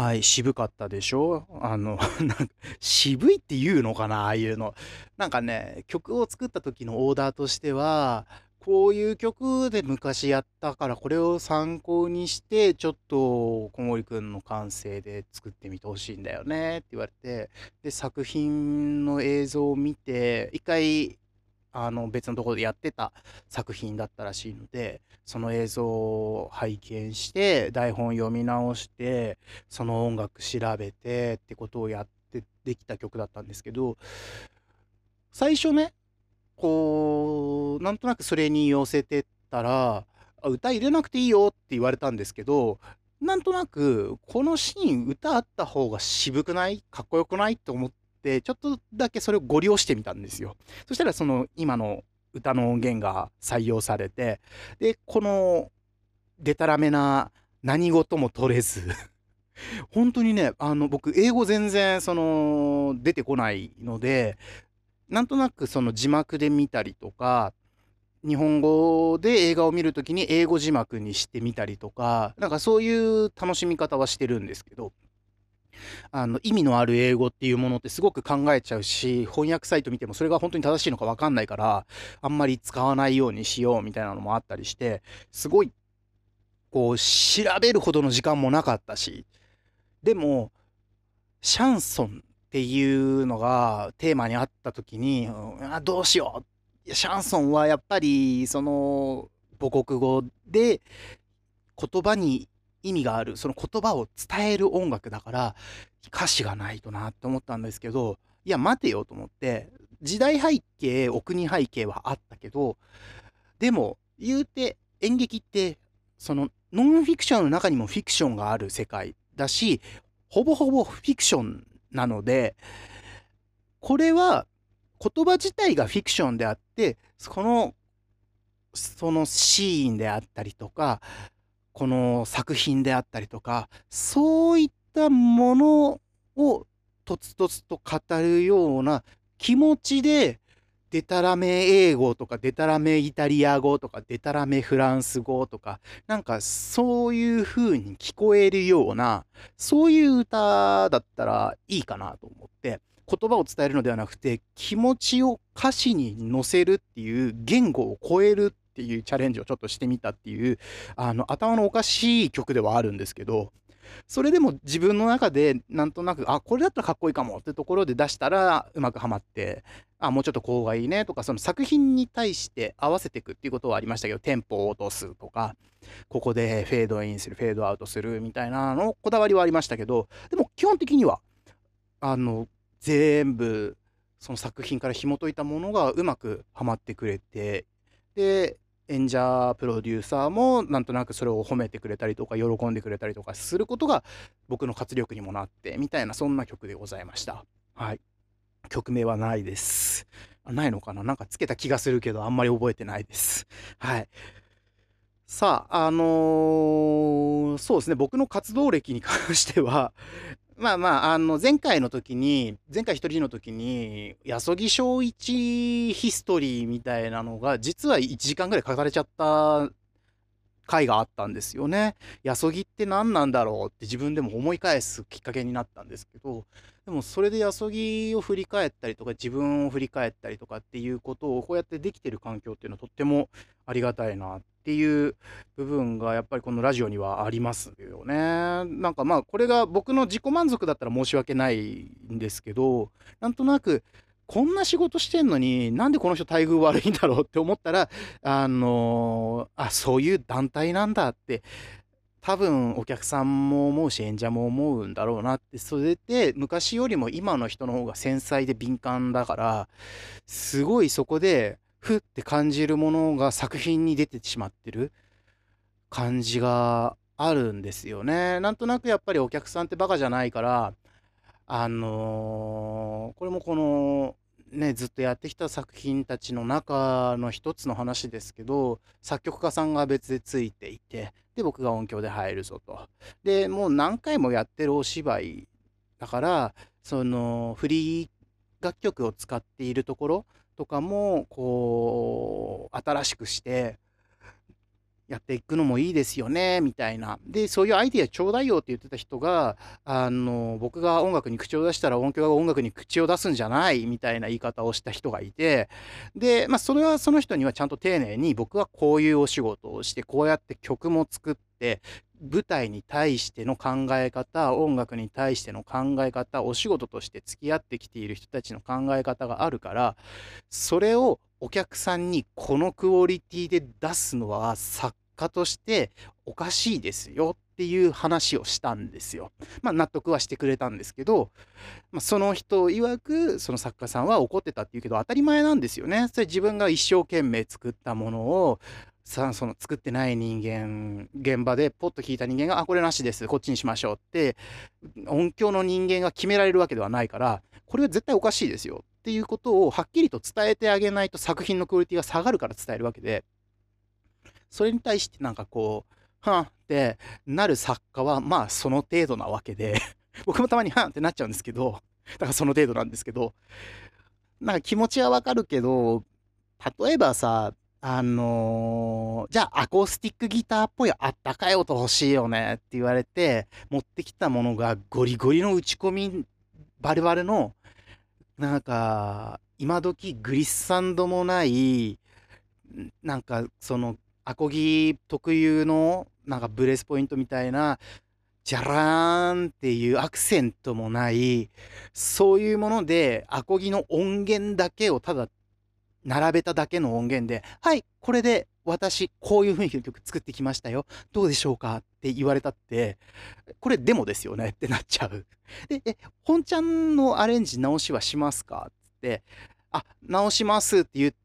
はい、渋かったでしょなんか渋いっていうのかな、ああいうの。なんかね、曲を作った時のオーダーとしては、こういう曲で昔やったから、これを参考にして、ちょっと小森くんの感性で作ってみてほしいんだよねって言われて、で、作品の映像を見て、一回別のところでやってた作品だったらしいので、その映像を拝見して、台本読み直して、その音楽調べてってことをやってできた曲だったんですけど、最初ね、こう、なんとなくそれに寄せてったら、歌入れなくていいよって言われたんですけど、なんとなく、このシーン歌あった方が渋くないかっこよくないと思って、ちょっとだけそれをご利用してみたんですよ。そしたらその今の歌の音源が採用されて、で、このデタラメな何事も取れず本当にね、僕、英語全然、出てこないので、なんとなくその字幕で見たりとか、日本語で映画を見るときに英語字幕にしてみたりとか、なんかそういう楽しみ方はしてるんですけど、意味のある英語っていうものってすごく考えちゃうし、翻訳サイト見てもそれが本当に正しいのかわかんないから、あんまり使わないようにしようみたいなのもあったりして、すごい、こう、調べるほどの時間もなかったし、でも、シャンソンっていうのがテーマにあった時に、どうしよう。いやシャンソンはやっぱり、母国語で言葉に意味がある、その言葉を伝える音楽だから、歌詞がないとなって思ったんですけど、いや、待てよと思って、時代背景、お国背景はあったけど、でも、言うて演劇って、ノンフィクションの中にもフィクションがある世界だし、ほぼほぼフィクションなので、これは言葉自体がフィクションであって、そのシーンであったりとか、この作品であったりとか、そういったものをとつとつと語るような気持ちで、デタラメ英語とか、デタラメイタリア語とか、デタラメフランス語とか、なんかそういう風に聞こえるような、そういう歌だったらいいかなと思って、言葉を伝えるのではなくて、気持ちを歌詞に乗せるっていう、言語を超えるっていうチャレンジをちょっとしてみたっていう、頭のおかしい曲ではあるんですけど、それでも自分の中でなんとなく、これだったらかっこいいかもってところで出したらうまくはまって、もうちょっとこうがいいねとか、その作品に対して合わせていくっていうことはありましたけど、テンポを落とすとか、ここでフェードインする、フェードアウトするみたいなのこだわりはありましたけど、でも基本的には、あの、全部、その作品から紐解いたものがうまくはまってくれて、で、演者プロデューサーもなんとなくそれを褒めてくれたりとか、喜んでくれたりとかすることが僕の活力にもなって、みたいなそんな曲でございました。はい。曲名はないです。ないのかななんかつけた気がするけど、あんまり覚えてないです。はい。さあ、そうですね、僕の活動歴に関しては、前回一人の時に、八十木正一ヒストリーみたいなのが、実は1時間ぐらい書かれちゃった回があったんですよね。八十木って何なんだろうって自分でも思い返すきっかけになったんですけど、でもそれで八十木を振り返ったりとか、自分を振り返ったりとかっていうことをこうやってできてる環境っていうのはとってもありがたいなっていう部分がやっぱりこのラジオにはありますよね。なんかこれが僕の自己満足だったら申し訳ないんですけど、なんとなくこんな仕事してんのになんでこの人待遇悪いんだろうって思ったら、そういう団体なんだって、多分お客さんも思うし、演者も思うんだろうなって、それで昔よりも今の人の方が繊細で敏感だから、すごいそこで、ふって感じるものが作品に出てしまってる感じがあるんですよね。なんとなくやっぱりお客さんってバカじゃないから、これもこの、ね、ずっとやってきた作品たちの中の一つの話ですけど、作曲家さんが別でついていて、で、僕が音響で入るぞと。で、もう何回もやってるお芝居だから、フリー楽曲を使っているところとかも、こう、新しくして、 やっていくのもいいですよね、みたいな。で、そういうアイディアちょうだいよって言ってた人が、僕が音楽に口を出したら音響が音楽に口を出すんじゃないみたいな言い方をした人がいて、で、それはその人にはちゃんと丁寧に僕はこういうお仕事をして、こうやって曲も作って、舞台に対しての考え方、音楽に対しての考え方、お仕事として付き合ってきている人たちの考え方があるから、それをお客さんにこのクオリティで出すのは作家としておかしいですよっていう話をしたんですよ。納得はしてくれたんですけど、その人曰くその作家さんは怒ってたって言うけど当たり前なんですよね。それ自分が一生懸命作ったものをその作ってない人間、現場でポッと聞いた人間が、あ、これなしです、こっちにしましょうって、音響の人間が決められるわけではないから、これは絶対おかしいですよっていうことをはっきりと伝えてあげないと作品のクオリティが下がるから伝えるわけで、それに対してなんかこう、はんってなる作家はまあその程度なわけで、僕もたまにはんってなっちゃうんですけど、だからその程度なんですけど、なんか気持ちはわかるけど、例えばさ、じゃあアコースティックギターっぽいあったかい音欲しいよねって言われて、持ってきたものがゴリゴリの打ち込み、バルバルの、なんか、今時グリッサンドもない、なんかその、アコギ特有の、なんかブレスポイントみたいな、ジャラーンっていうアクセントもない、そういうもので、アコギの音源だけをただ並べただけの音源で、はい、これで私、こういう雰囲気の曲作ってきましたよ。どうでしょうかって言われたって、これデモですよねってなっちゃう。で、本ちゃんのアレンジ直しはしますかって、あ、直しますって言って、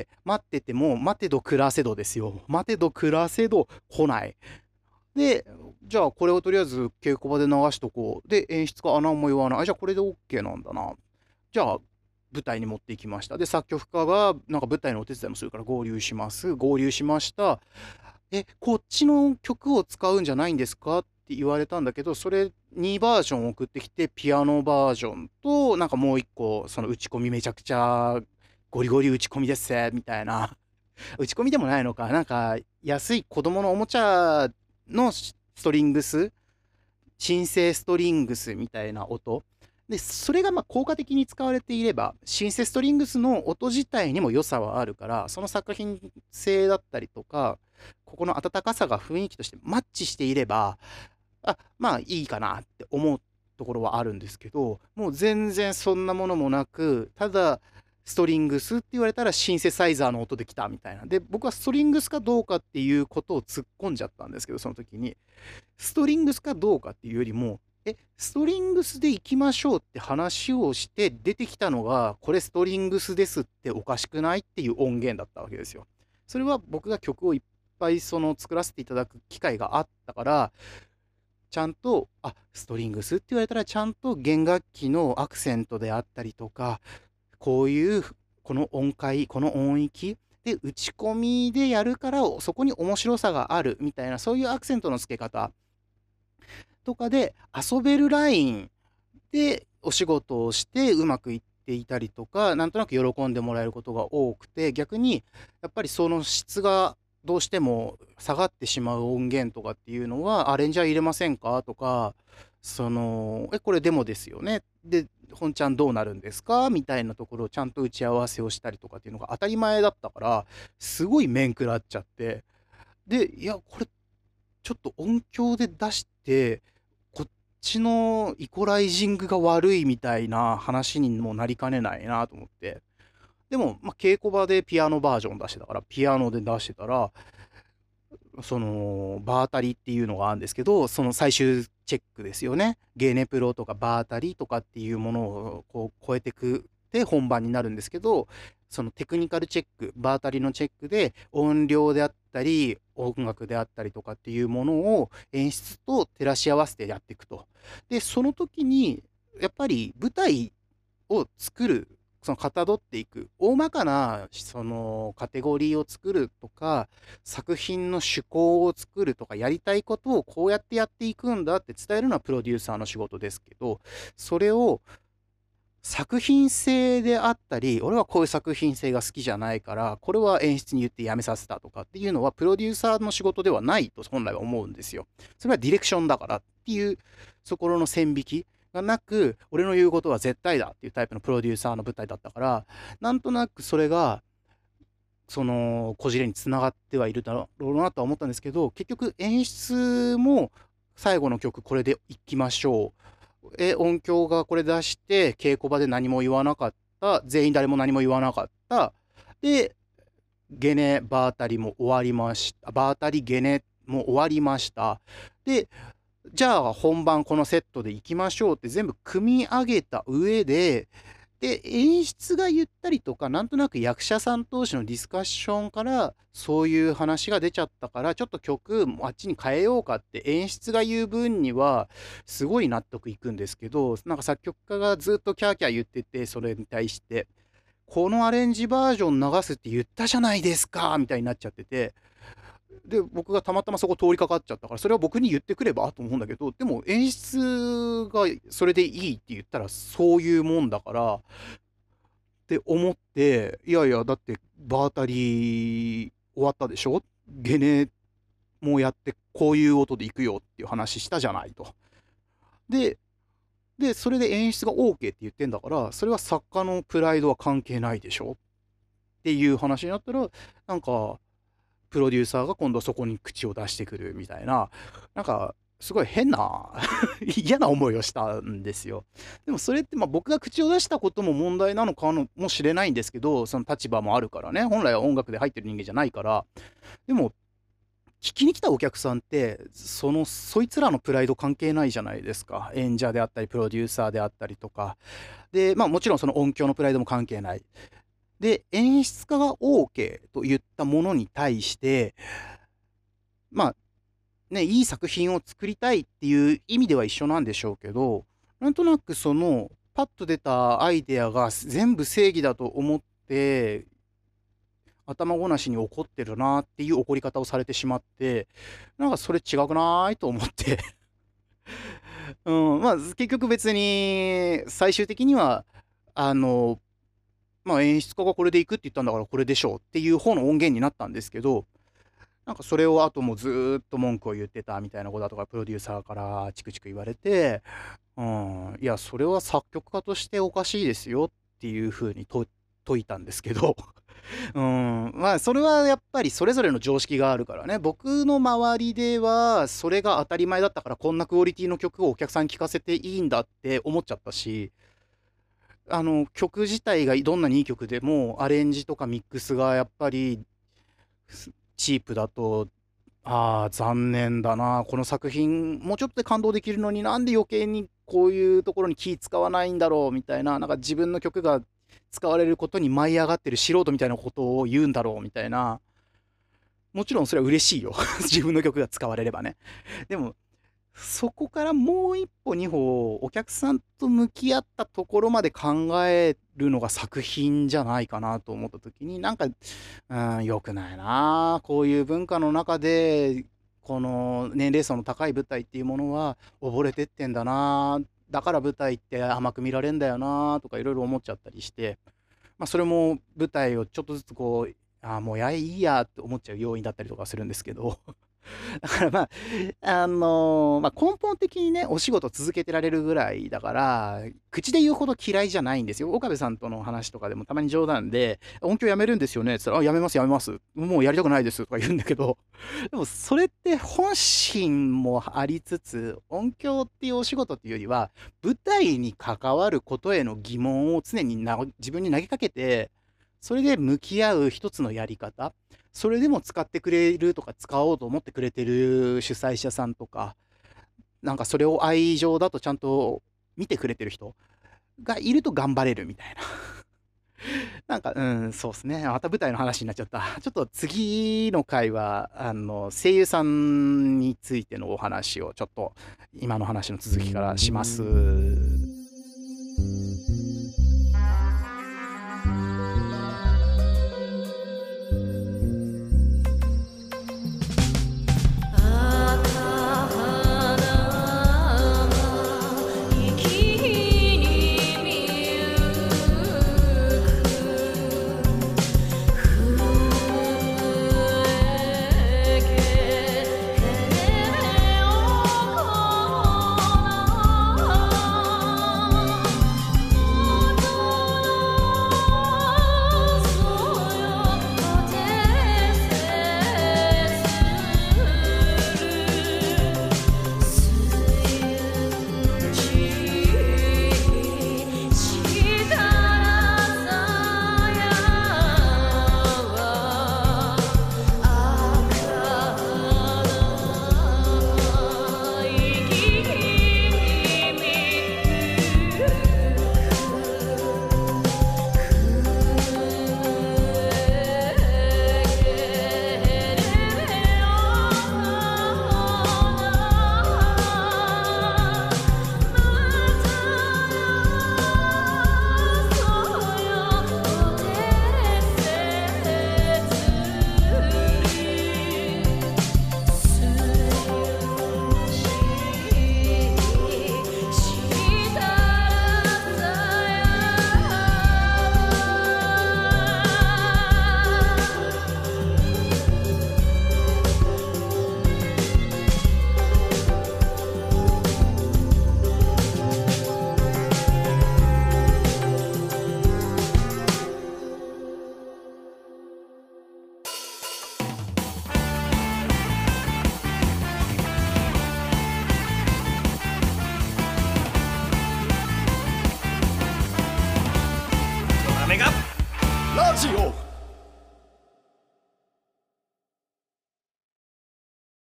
待ってても、待てど暮らせどですよ。待てど暮らせど来ない。で、じゃあこれをとりあえず稽古場で流しとこう。で、演出家、何も言わない。あ、じゃあこれで OK なんだな。じゃあ、舞台に持っていきました。で、作曲家が、なんか舞台のお手伝いもするから合流します。合流しました。こっちの曲を使うんじゃないんですかって言われたんだけど、それ2バージョン送ってきて、ピアノバージョンと、なんかもう一個、その打ち込みめちゃくちゃ、ゴリゴリ打ち込みですみたいな。打ち込みでもないのか。なんか、安い子供のおもちゃのストリングス、シンセストリングスみたいな音。で、それが効果的に使われていれば、シンセストリングスの音自体にも良さはあるから、その作品性だったりとか、ここの温かさが雰囲気としてマッチしていれば、まあいいかなって思うところはあるんですけど、もう全然そんなものもなく、ただ、ストリングスって言われたらシンセサイザーの音で来たみたいな。で、僕はストリングスかどうかっていうことを突っ込んじゃったんですけど、その時に。ストリングスかどうかっていうよりも、ストリングスで行きましょうって話をして出てきたのが、これストリングスですっておかしくないっていう音源だったわけですよ。それは僕が曲をいっぱい作らせていただく機会があったから、ちゃんと、ストリングスって言われたらちゃんと弦楽器のアクセントであったりとか、こういう、この音階、この音域、で、打ち込みでやるから、そこに面白さがあるみたいな、そういうアクセントの付け方とかで遊べるラインでお仕事をしてうまくいっていたりとか、なんとなく喜んでもらえることが多くて、逆にやっぱりその質がどうしても下がってしまう音源とかっていうのは、アレンジャー入れませんかとか、これデモですよね。で、本ちゃんどうなるんですかみたいなところをちゃんと打ち合わせをしたりとかっていうのが当たり前だったから、すごい面食らっちゃって、で、いや、これちょっと音響で出して、こっちのイコライジングが悪いみたいな話にもなりかねないなと思って。でも、稽古場でピアノバージョン出してたから、ピアノで出してたら、場当たりっていうのがあるんですけど、その最終チェックですよね。ゲネプロとか場当たりとかっていうものをこう超えてくって本番になるんですけど、そのテクニカルチェック、場当たりのチェックで音量であったり、音楽であったりとかっていうものを演出と照らし合わせてやっていくと。で、その時に、やっぱり舞台を作る、そのかたどっていく、大まかなそのカテゴリーを作るとか、作品の趣向を作るとか、やりたいことをこうやってやっていくんだって伝えるのはプロデューサーの仕事ですけど、それを作品性であったり、俺はこういう作品性が好きじゃないから、これは演出に言ってやめさせたとかっていうのは、プロデューサーの仕事ではないと本来は思うんですよ。それはディレクションだからっていう、そこの線引きがなく、俺の言うことは絶対だっていうタイプのプロデューサーの舞台だったから、なんとなくそれが、その、こじれにつながってはいるだろうなとは思ったんですけど、結局演出も最後の曲これでいきましょう。音響がこれ出して、稽古場で何も言わなかった。全員誰も何も言わなかった。で、ゲネ、バータリも終わりました。バータリ、ゲネも終わりました。で、じゃあ本番このセットで行きましょうって全部組み上げた上で、で、演出が言ったりとか、なんとなく役者さん同士のディスカッションから、そういう話が出ちゃったから、ちょっと曲、あっちに変えようかって演出が言う分には、すごい納得いくんですけど、なんか作曲家がずっとキャーキャー言ってて、それに対して、このアレンジバージョン流すって言ったじゃないですかみたいになっちゃってて、で、僕がたまたまそこ通りかかっちゃったから、それは僕に言ってくればと思うんだけど、でも演出がそれでいいって言ったらそういうもんだからって思って、いやいや、だって場当たり終わったでしょ、ゲネもやってこういう音で行くよっていう話したじゃないと。で、それで演出が OK って言ってんだから、それは作家のプライドは関係ないでしょっていう話になったら、なんか、プロデューサーが今度そこに口を出してくるみたいな、なんか、すごい変な嫌な思いをしたんですよ。でもそれってまあ僕が口を出したことも問題なのかもしれないんですけど、その立場もあるからね、本来は音楽で入ってる人間じゃないから、でも、聞きに来たお客さんって、そいつらのプライド関係ないじゃないですか。演者であったり、プロデューサーであったりとか。で、まあもちろんその音響のプライドも関係ない。で、演出家が OK と言ったものに対して、まあね、いい作品を作りたいっていう意味では一緒なんでしょうけど、なんとなくその、パッと出たアイデアが全部正義だと思って、頭ごなしに怒ってるなっていう怒り方をされてしまって、なんかそれ違くないと思ってうん、まあ結局別に最終的には、あの、まあ演出家がこれで行くって言ったんだからこれでしょうっていう方の音源になったんですけど、なんかそれをあともずーっと文句を言ってたみたいなことだとか、プロデューサーからチクチク言われて、うん、いや、それは作曲家としておかしいですよっていうふうに説いたんですけど、うん、まあ、それはやっぱりそれぞれの常識があるからね。僕の周りでは、それが当たり前だったから、こんなクオリティの曲をお客さんに聴かせていいんだって思っちゃったし、曲自体がどんなにいい曲でも、アレンジとかミックスがやっぱり、チープだと、ああ、残念だな。この作品、もうちょっとで感動できるのになんで余計にこういうところに気使わないんだろうみたいな、なんか自分の曲が使われることに舞い上がってる素人みたいなことを言うんだろうみたいな。もちろんそれは嬉しいよ。自分の曲が使われればね。でも、そこからもう一歩二歩、お客さんと向き合ったところまで考えるのが作品じゃないかなと思った時に、なんか、良くないな。こういう文化の中で、この年齢層の高い舞台っていうものは溺れてってんだな。だから舞台って甘く見られんだよなとかいろいろ思っちゃったりして、まあそれも舞台をちょっとずつこう、もういいやって思っちゃう要因だったりとかするんですけど、だからまあ、まあ、根本的にね、お仕事続けてられるぐらいだから、口で言うほど嫌いじゃないんですよ。岡部さんとの話とかでもたまに冗談で、音響やめるんですよねって言ったら、あ、やめます、やめます。もうやりたくないですとか言うんだけど、でもそれって本心もありつつ、音響っていうお仕事っていうよりは、舞台に関わることへの疑問を常に自分に投げかけて、それで向き合う一つのやり方。それでも使ってくれるとか使おうと思ってくれてる主催者さんとか、なんかそれを愛情だとちゃんと見てくれてる人がいると頑張れるみたいな。なんか、そうですね。また舞台の話になっちゃった。ちょっと次の回は、声優さんについてのお話をちょっと今の話の続きからします。